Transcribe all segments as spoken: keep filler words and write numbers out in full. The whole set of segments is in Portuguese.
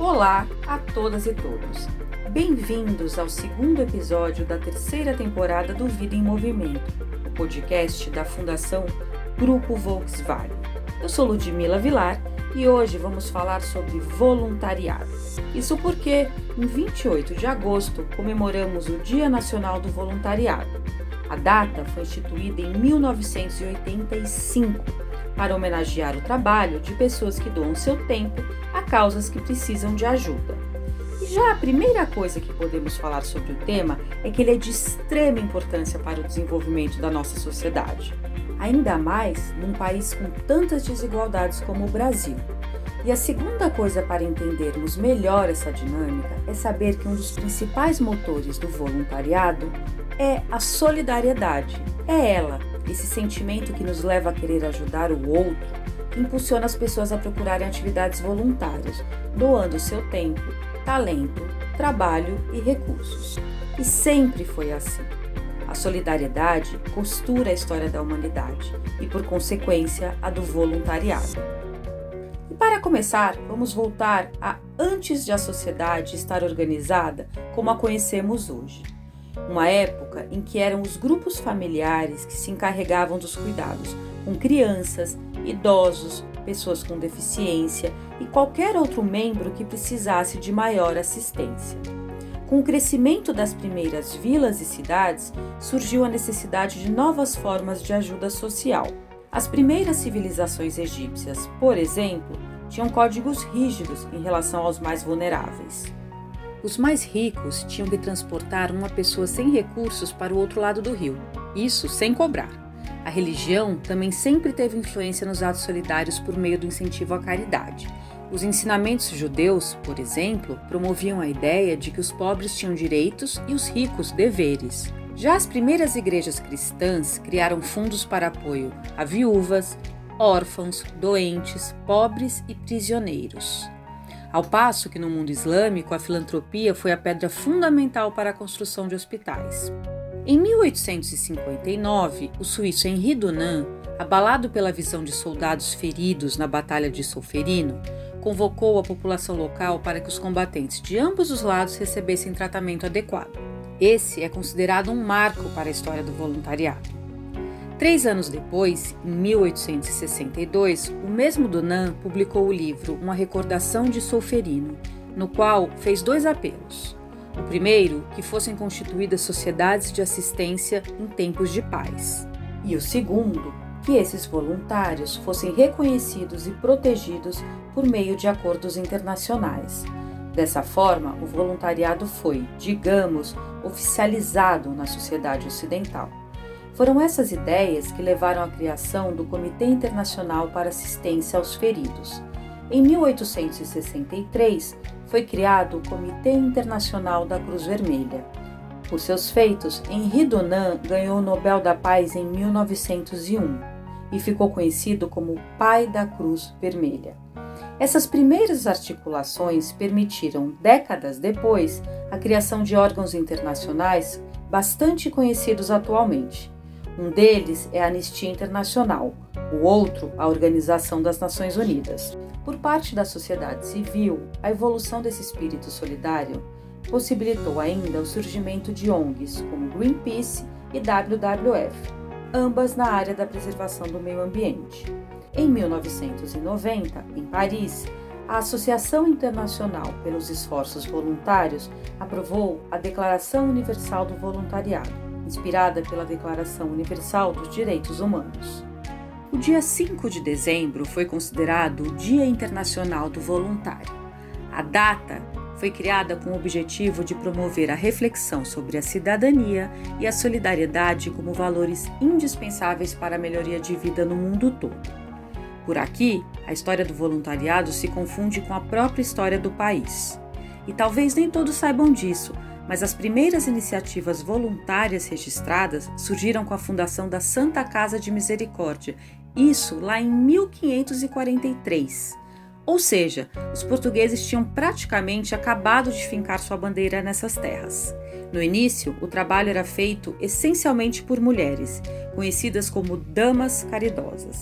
Olá a todas e todos. Bem-vindos ao segundo episódio da terceira temporada do Vida em Movimento, o podcast da Fundação Grupo Volkswagen. Eu sou Ludmila Vilar e hoje vamos falar sobre voluntariado. Isso porque, em vinte e oito de agosto, comemoramos o Dia Nacional do Voluntariado. A data foi instituída em mil novecentos e oitenta e cinco para homenagear o trabalho de pessoas que doam seu tempo a causas que precisam de ajuda. E já a primeira coisa que podemos falar sobre o tema é que ele é de extrema importância para o desenvolvimento da nossa sociedade. Ainda mais num país com tantas desigualdades como o Brasil. E a segunda coisa para entendermos melhor essa dinâmica é saber que um dos principais motores do voluntariado é a solidariedade. É ela, esse sentimento que nos leva a querer ajudar o outro, que impulsiona as pessoas a procurarem atividades voluntárias, doando seu tempo, talento, trabalho e recursos. E sempre foi assim. A solidariedade costura a história da humanidade e, por consequência, a do voluntariado. E para começar, vamos voltar a antes de a sociedade estar organizada como a conhecemos hoje. Uma época em que eram os grupos familiares que se encarregavam dos cuidados com crianças, idosos, pessoas com deficiência e qualquer outro membro que precisasse de maior assistência. Com o crescimento das primeiras vilas e cidades, surgiu a necessidade de novas formas de ajuda social. As primeiras civilizações egípcias, por exemplo, tinham códigos rígidos em relação aos mais vulneráveis. Os mais ricos tinham que transportar uma pessoa sem recursos para o outro lado do rio, isso sem cobrar. A religião também sempre teve influência nos atos solidários por meio do incentivo à caridade. Os ensinamentos judeus, por exemplo, promoviam a ideia de que os pobres tinham direitos e os ricos deveres. Já as primeiras igrejas cristãs criaram fundos para apoio a viúvas, órfãos, doentes, pobres e prisioneiros. Ao passo que no mundo islâmico a filantropia foi a pedra fundamental para a construção de hospitais. Em mil oitocentos e cinquenta e nove, o suíço Henri Dunant, abalado pela visão de soldados feridos na Batalha de Solferino, convocou a população local para que os combatentes de ambos os lados recebessem tratamento adequado. Esse é considerado um marco para a história do voluntariado. Três anos depois, em mil oitocentos e sessenta e dois, o mesmo Dunant publicou o livro Uma Recordação de Solferino, no qual fez dois apelos. O primeiro, que fossem constituídas sociedades de assistência em tempos de paz. E o segundo, que esses voluntários fossem reconhecidos e protegidos por meio de acordos internacionais. Dessa forma, o voluntariado foi, digamos, oficializado na sociedade ocidental. Foram essas ideias que levaram à criação do Comitê Internacional para Assistência aos Feridos. Em mil oitocentos e sessenta e três, foi criado o Comitê Internacional da Cruz Vermelha. Por seus feitos, Henri Dunant ganhou o Nobel da Paz em mil novecentos e um e ficou conhecido como o Pai da Cruz Vermelha. Essas primeiras articulações permitiram, décadas depois, a criação de órgãos internacionais bastante conhecidos atualmente. Um deles é a Anistia Internacional, o outro, a Organização das Nações Unidas. Por parte da sociedade civil, a evolução desse espírito solidário possibilitou ainda o surgimento de O N Gs como Greenpeace e W W F, ambas na área da preservação do meio ambiente. Em mil novecentos e noventa, em Paris, a Associação Internacional pelos Esforços Voluntários aprovou a Declaração Universal do Voluntariado, inspirada pela Declaração Universal dos Direitos Humanos. O dia cinco de dezembro foi considerado o Dia Internacional do Voluntário. A data foi criada com o objetivo de promover a reflexão sobre a cidadania e a solidariedade como valores indispensáveis para a melhoria de vida no mundo todo. Por aqui, a história do voluntariado se confunde com a própria história do país. E talvez nem todos saibam disso, mas as primeiras iniciativas voluntárias registradas surgiram com a fundação da Santa Casa de Misericórdia, isso lá em mil quinhentos e quarenta e três. Ou seja, os portugueses tinham praticamente acabado de fincar sua bandeira nessas terras. No início, o trabalho era feito essencialmente por mulheres, conhecidas como damas caridosas.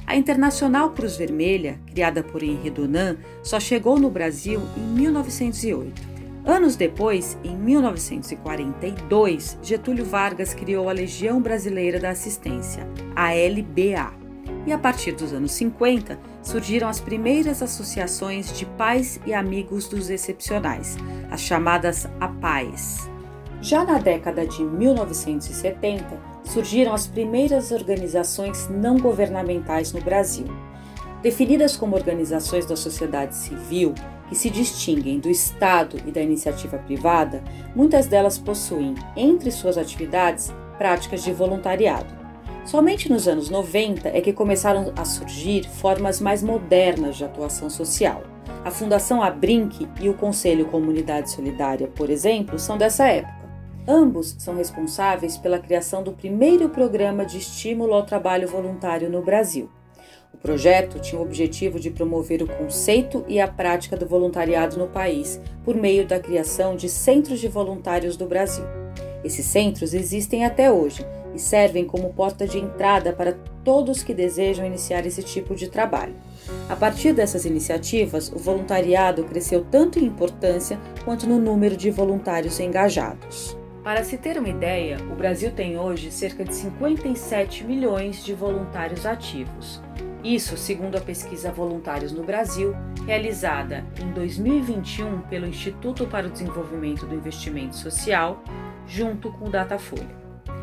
A Internacional Cruz Vermelha, criada por Henri Dunant, só chegou no Brasil em mil novecentos e oito. Anos depois, em mil novecentos e quarenta e dois, Getúlio Vargas criou a Legião Brasileira da Assistência, a L B A. E a partir dos anos cinquenta, surgiram as primeiras associações de pais e amigos dos excepcionais, as chamadas A P A Es. Já na década de mil novecentos e setenta, surgiram as primeiras organizações não governamentais no Brasil. Definidas como organizações da sociedade civil, que se distinguem do Estado e da iniciativa privada, muitas delas possuem, entre suas atividades, práticas de voluntariado. Somente nos anos noventa é que começaram a surgir formas mais modernas de atuação social. A Fundação Abrinq e o Conselho Comunidade Solidária, por exemplo, são dessa época. Ambos são responsáveis pela criação do primeiro programa de estímulo ao trabalho voluntário no Brasil. O projeto tinha o objetivo de promover o conceito e a prática do voluntariado no país por meio da criação de centros de voluntários do Brasil. Esses centros existem até hoje e servem como porta de entrada para todos que desejam iniciar esse tipo de trabalho. A partir dessas iniciativas, o voluntariado cresceu tanto em importância quanto no número de voluntários engajados. Para se ter uma ideia, o Brasil tem hoje cerca de cinquenta e sete milhões de voluntários ativos. Isso segundo a pesquisa Voluntários no Brasil, realizada em dois mil e vinte e um pelo Instituto para o Desenvolvimento do Investimento Social, junto com o Datafolha.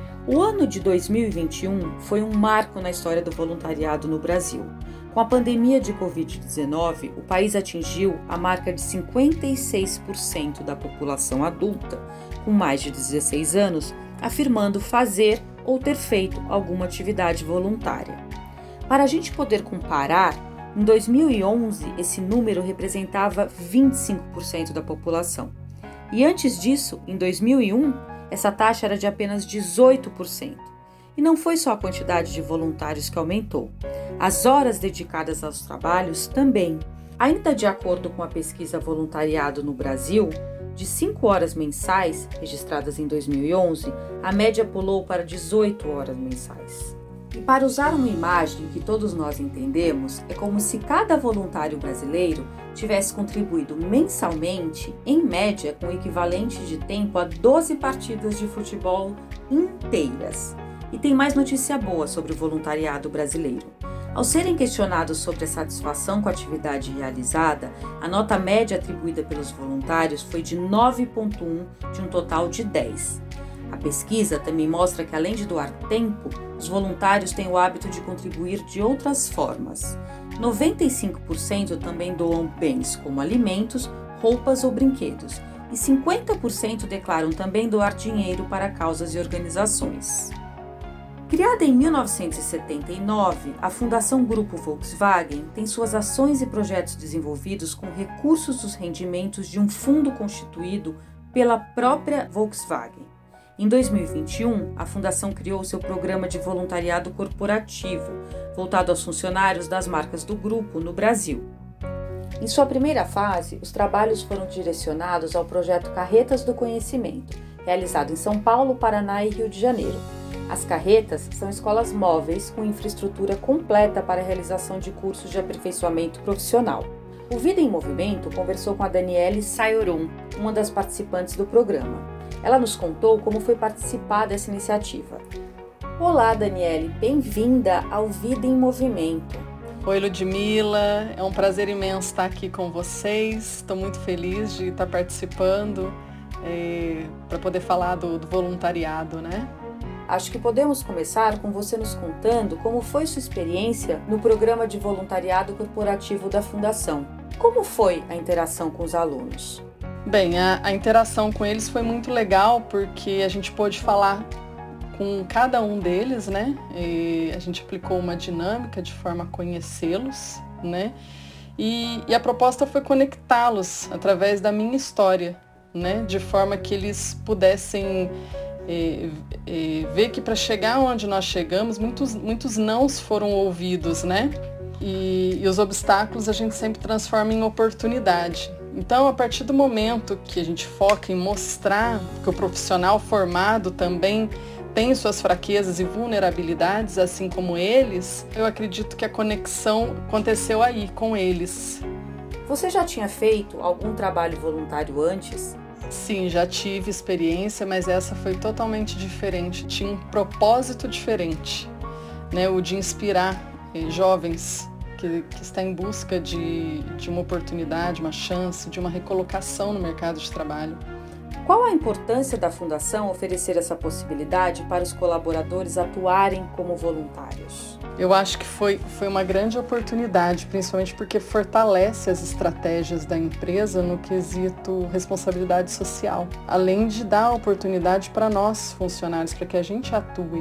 O ano de dois mil e vinte e um foi um marco na história do voluntariado no Brasil. Com a pandemia de covid dezenove, o país atingiu a marca de cinquenta e seis por cento da população adulta, com mais de dezesseis anos, afirmando fazer ou ter feito alguma atividade voluntária. Para a gente poder comparar, em dois mil e onze esse número representava vinte e cinco por cento da população. E antes disso, em dois mil e um, essa taxa era de apenas dezoito por cento. E não foi só a quantidade de voluntários que aumentou. As horas dedicadas aos trabalhos também. Ainda de acordo com a pesquisa Voluntariado no Brasil, de cinco horas mensais, registradas em dois mil e onze, a média pulou para dezoito horas mensais. E para usar uma imagem que todos nós entendemos, é como se cada voluntário brasileiro tivesse contribuído mensalmente, em média, com o equivalente de tempo a doze partidas de futebol inteiras. E tem mais notícia boa sobre o voluntariado brasileiro. Ao serem questionados sobre a satisfação com a atividade realizada, a nota média atribuída pelos voluntários foi de nove vírgula um de um total de dez. A pesquisa também mostra que, além de doar tempo, os voluntários têm o hábito de contribuir de outras formas. noventa e cinco por cento também doam bens como alimentos, roupas ou brinquedos, e cinquenta por cento declaram também doar dinheiro para causas e organizações. Criada em mil novecentos e setenta e nove, a Fundação Grupo Volkswagen tem suas ações e projetos desenvolvidos com recursos dos rendimentos de um fundo constituído pela própria Volkswagen. Em dois mil e vinte e um, a Fundação criou seu programa de voluntariado corporativo, voltado aos funcionários das marcas do grupo no Brasil. Em sua primeira fase, os trabalhos foram direcionados ao projeto Carretas do Conhecimento, realizado em São Paulo, Paraná e Rio de Janeiro. As carretas são escolas móveis com infraestrutura completa para a realização de cursos de aperfeiçoamento profissional. O Vida em Movimento conversou com a Daniele Saioron, uma das participantes do programa. Ela nos contou como foi participar dessa iniciativa. Olá, Daniele, bem-vinda ao Vida em Movimento. Oi, Ludmila, é um prazer imenso estar aqui com vocês. Estou muito feliz de estar participando é, para poder falar do, do voluntariado, né? Acho que podemos começar com você nos contando como foi sua experiência no programa de voluntariado corporativo da Fundação. Como foi a interação com os alunos? Bem, a, a interação com eles foi muito legal porque a gente pôde falar com cada um deles, né? E a gente aplicou uma dinâmica de forma a conhecê-los, né? E, e a proposta foi conectá-los através da minha história, né? De forma que eles pudessem E, e ver que para chegar onde nós chegamos, muitos, muitos nãos foram ouvidos, né? E, e os obstáculos a gente sempre transforma em oportunidade. Então, a partir do momento que a gente foca em mostrar que o profissional formado também tem suas fraquezas e vulnerabilidades, assim como eles, eu acredito que a conexão aconteceu aí com eles. Você já tinha feito algum trabalho voluntário antes? Sim, já tive experiência, mas essa foi totalmente diferente. Tinha um propósito diferente, né? O de inspirar eh, jovens que, que estão em busca de, de uma oportunidade, uma chance, de uma recolocação no mercado de trabalho. Qual a importância da Fundação oferecer essa possibilidade para os colaboradores atuarem como voluntários? Eu acho que foi, foi uma grande oportunidade, principalmente porque fortalece as estratégias da empresa no quesito responsabilidade social, além de dar oportunidade para nós, funcionários, para que a gente atue.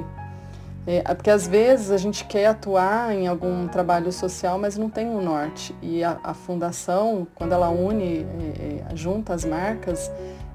É, porque às vezes a gente quer atuar em algum trabalho social, mas não tem um norte. E a, a Fundação, quando ela une, é, é, junta as marcas,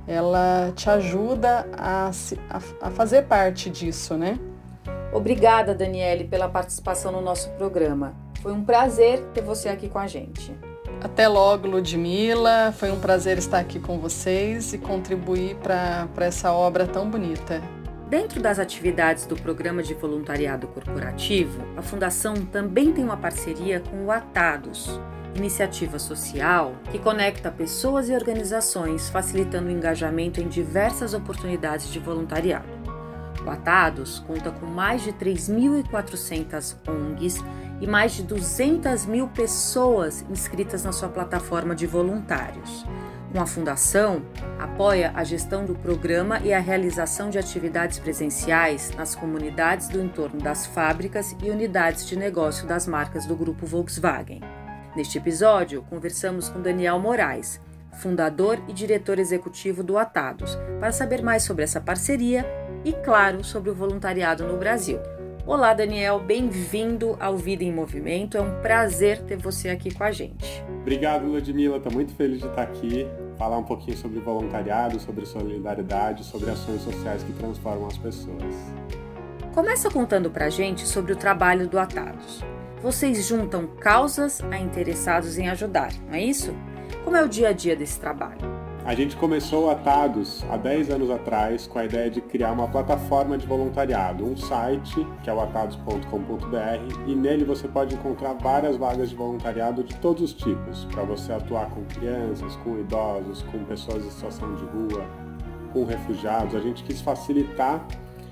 ela te ajuda a, a, a fazer parte disso, né? Obrigada, Daniele, pela participação no nosso programa. Foi um prazer ter você aqui com a gente. Até logo, Ludmila. Foi um prazer estar aqui com vocês e contribuir para essa obra tão bonita. Dentro das atividades do Programa de Voluntariado Corporativo, a Fundação também tem uma parceria com o Atados, iniciativa social que conecta pessoas e organizações, facilitando o engajamento em diversas oportunidades de voluntariado. O Atados conta com mais de três mil e quatrocentas O N Gs e mais de duzentas mil pessoas inscritas na sua plataforma de voluntários. Com a Fundação, apoia a gestão do programa e a realização de atividades presenciais nas comunidades do entorno das fábricas e unidades de negócio das marcas do Grupo Volkswagen. Neste episódio, conversamos com Daniel Moraes, fundador e diretor executivo do Atados, para saber mais sobre essa parceria e, claro, sobre o voluntariado no Brasil. Olá, Daniel, bem-vindo ao Vida em Movimento. É um prazer ter você aqui com a gente. Obrigado, Ludmila. Estou muito feliz de estar aqui, falar um pouquinho sobre voluntariado, sobre solidariedade, sobre ações sociais que transformam as pessoas. Começa contando pra gente sobre o trabalho do Atados. Vocês juntam causas a interessados em ajudar, não é isso? Como é o dia a dia desse trabalho? A gente começou o Atados há dez anos atrás com a ideia de criar uma plataforma de voluntariado, um site, que é o atados ponto com ponto b r, e nele você pode encontrar várias vagas de voluntariado de todos os tipos, para você atuar com crianças, com idosos, com pessoas em situação de rua, com refugiados. A gente quis facilitar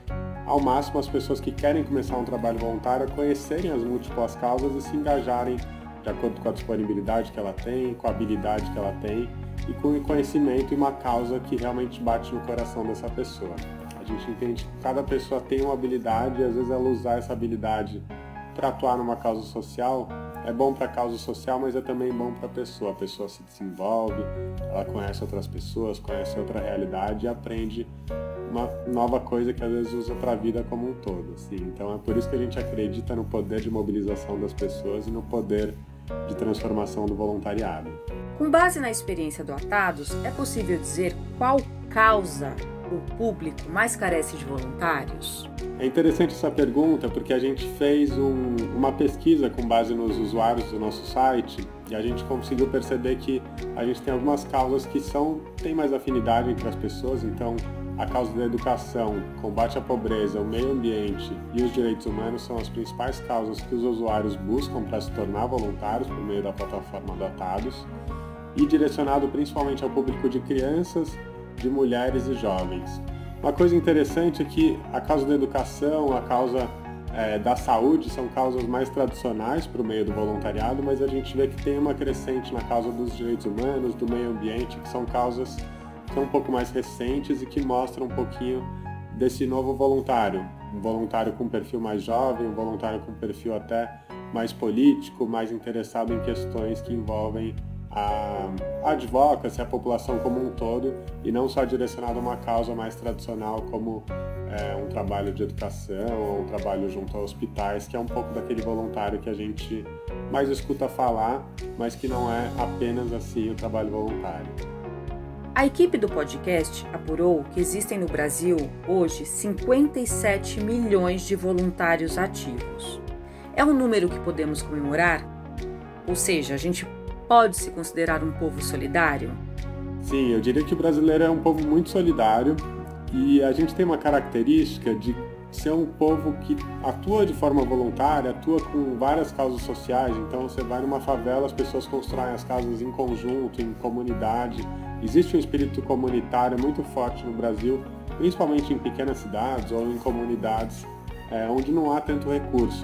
ao máximo as pessoas que querem começar um trabalho voluntário a conhecerem as múltiplas causas e se engajarem de acordo com a disponibilidade que ela tem, com a habilidade que ela tem e com o conhecimento e uma causa que realmente bate no coração dessa pessoa. A gente entende que cada pessoa tem uma habilidade e às vezes ela usar essa habilidade para atuar numa causa social é bom para a causa social, mas é também bom para a pessoa. A pessoa se desenvolve, ela conhece outras pessoas, conhece outra realidade e aprende uma nova coisa que às vezes usa para a vida como um todo. Assim. Então é por isso que a gente acredita no poder de mobilização das pessoas e no poder de transformação do voluntariado. Com base na experiência do Atados, é possível dizer qual causa o público mais carece de voluntários? É interessante essa pergunta porque a gente fez um, uma pesquisa com base nos usuários do nosso site e a gente conseguiu perceber que a gente tem algumas causas que são, tem mais afinidade entre as pessoas. Então a causa da educação, combate à pobreza, o meio ambiente e os direitos humanos são as principais causas que os usuários buscam para se tornar voluntários por meio da plataforma do Atados e direcionado principalmente ao público de crianças, de mulheres e jovens. Uma coisa interessante é que a causa da educação, a causa é, da saúde são causas mais tradicionais para o meio do voluntariado, mas a gente vê que tem uma crescente na causa dos direitos humanos, do meio ambiente, que são causas que são um pouco mais recentes e que mostram um pouquinho desse novo voluntário. Um voluntário com perfil mais jovem, um voluntário com perfil até mais político, mais interessado em questões que envolvem a advocacy, a população como um todo, e não só direcionado a uma causa mais tradicional como é, um trabalho de educação ou um trabalho junto a hospitais, que é um pouco daquele voluntário que a gente mais escuta falar, mas que não é apenas assim o trabalho voluntário. A equipe do podcast apurou que existem no Brasil hoje cinquenta e sete milhões de voluntários ativos. É um número que podemos comemorar? Ou seja, a gente pode se considerar um povo solidário? Sim, eu diria que o brasileiro é um povo muito solidário e a gente tem uma característica de ser um povo que atua de forma voluntária, atua com várias causas sociais. Então você vai numa favela, as pessoas constroem as casas em conjunto, em comunidade. Existe um espírito comunitário muito forte no Brasil, principalmente em pequenas cidades ou em comunidades é, onde não há tanto recurso.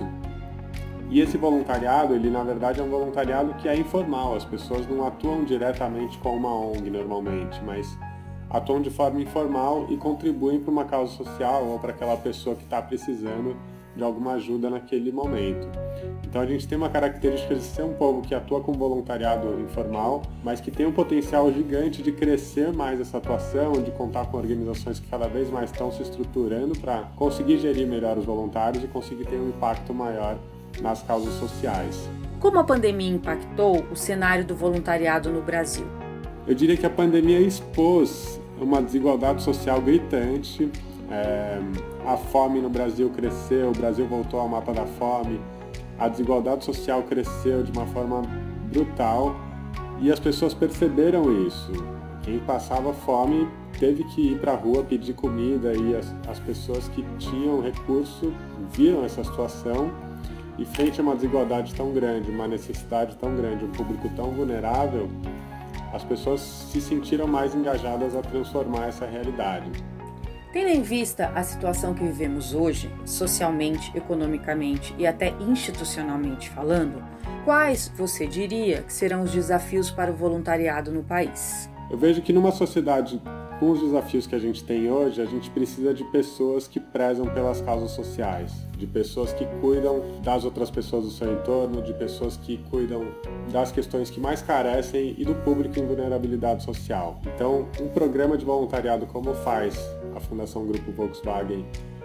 E esse voluntariado, ele na verdade é um voluntariado que é informal, as pessoas não atuam diretamente com uma O N G normalmente, mas atuam de forma informal e contribuem para uma causa social ou para aquela pessoa que está precisando de alguma ajuda naquele momento. Então a gente tem uma característica de ser um povo que atua com voluntariado informal, mas que tem um potencial gigante de crescer mais essa atuação, de contar com organizações que cada vez mais estão se estruturando para conseguir gerir melhor os voluntários e conseguir ter um impacto maior nas causas sociais. Como a pandemia impactou o cenário do voluntariado no Brasil? Eu diria que a pandemia expôs uma desigualdade social gritante. É, a fome no Brasil cresceu, o Brasil voltou ao mapa da fome, a desigualdade social cresceu de uma forma brutal e as pessoas perceberam isso. Quem passava fome teve que ir para a rua pedir comida e as, as pessoas que tinham recurso viram essa situação. E frente a uma desigualdade tão grande, uma necessidade tão grande, um público tão vulnerável, as pessoas se sentiram mais engajadas a transformar essa realidade. Tendo em vista a situação que vivemos hoje, socialmente, economicamente e até institucionalmente falando, quais você diria que serão os desafios para o voluntariado no país? Eu vejo que numa sociedade com os desafios que a gente tem hoje, a gente precisa de pessoas que prezam pelas causas sociais, de pessoas que cuidam das outras pessoas do seu entorno, de pessoas que cuidam das questões que mais carecem e do público em vulnerabilidade social. Então, um programa de voluntariado como faz a Fundação Grupo Volkswagen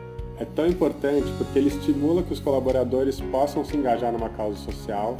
é tão importante porque ele estimula que os colaboradores possam se engajar numa causa social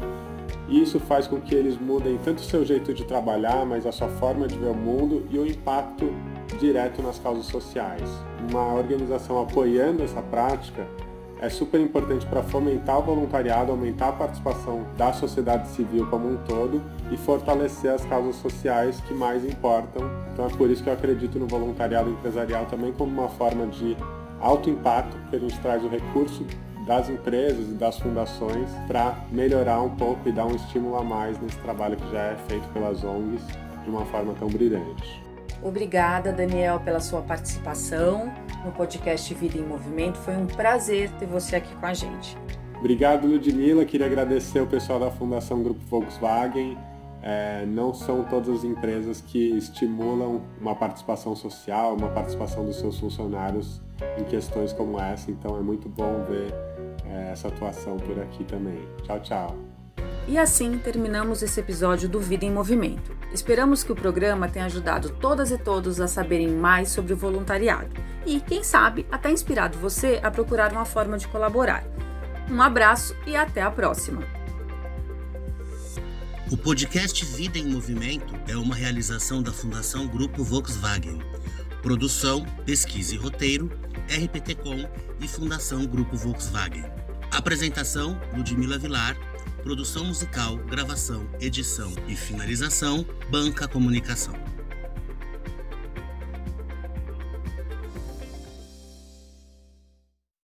e isso faz com que eles mudem tanto o seu jeito de trabalhar, mas a sua forma de ver o mundo e o impacto direto nas causas sociais. Uma organização apoiando essa prática é super importante para fomentar o voluntariado, aumentar a participação da sociedade civil como um todo e fortalecer as causas sociais que mais importam. Então é por isso que eu acredito no voluntariado empresarial também como uma forma de alto impacto, porque a gente traz o recurso das empresas e das fundações para melhorar um pouco e dar um estímulo a mais nesse trabalho que já é feito pelas O N Gs de uma forma tão brilhante. Obrigada, Daniel, pela sua participação no podcast Vida em Movimento. Foi um prazer ter você aqui com a gente. Obrigado, Ludmila. Queria agradecer o pessoal da Fundação Grupo Volkswagen. É, não são todas as empresas que estimulam uma participação social, uma participação dos seus funcionários em questões como essa. Então é muito bom ver é, essa atuação por aqui também. Tchau, tchau. E assim terminamos esse episódio do Vida em Movimento. Esperamos que o programa tenha ajudado todas e todos a saberem mais sobre o voluntariado e, quem sabe, até inspirado você a procurar uma forma de colaborar. Um abraço e até a próxima! O podcast Vida em Movimento é uma realização da Fundação Grupo Volkswagen. Produção, pesquisa e roteiro, R P T Com e Fundação Grupo Volkswagen. Apresentação, Ludmila Vilar. Produção musical, gravação, edição e finalização, Banca Comunicação.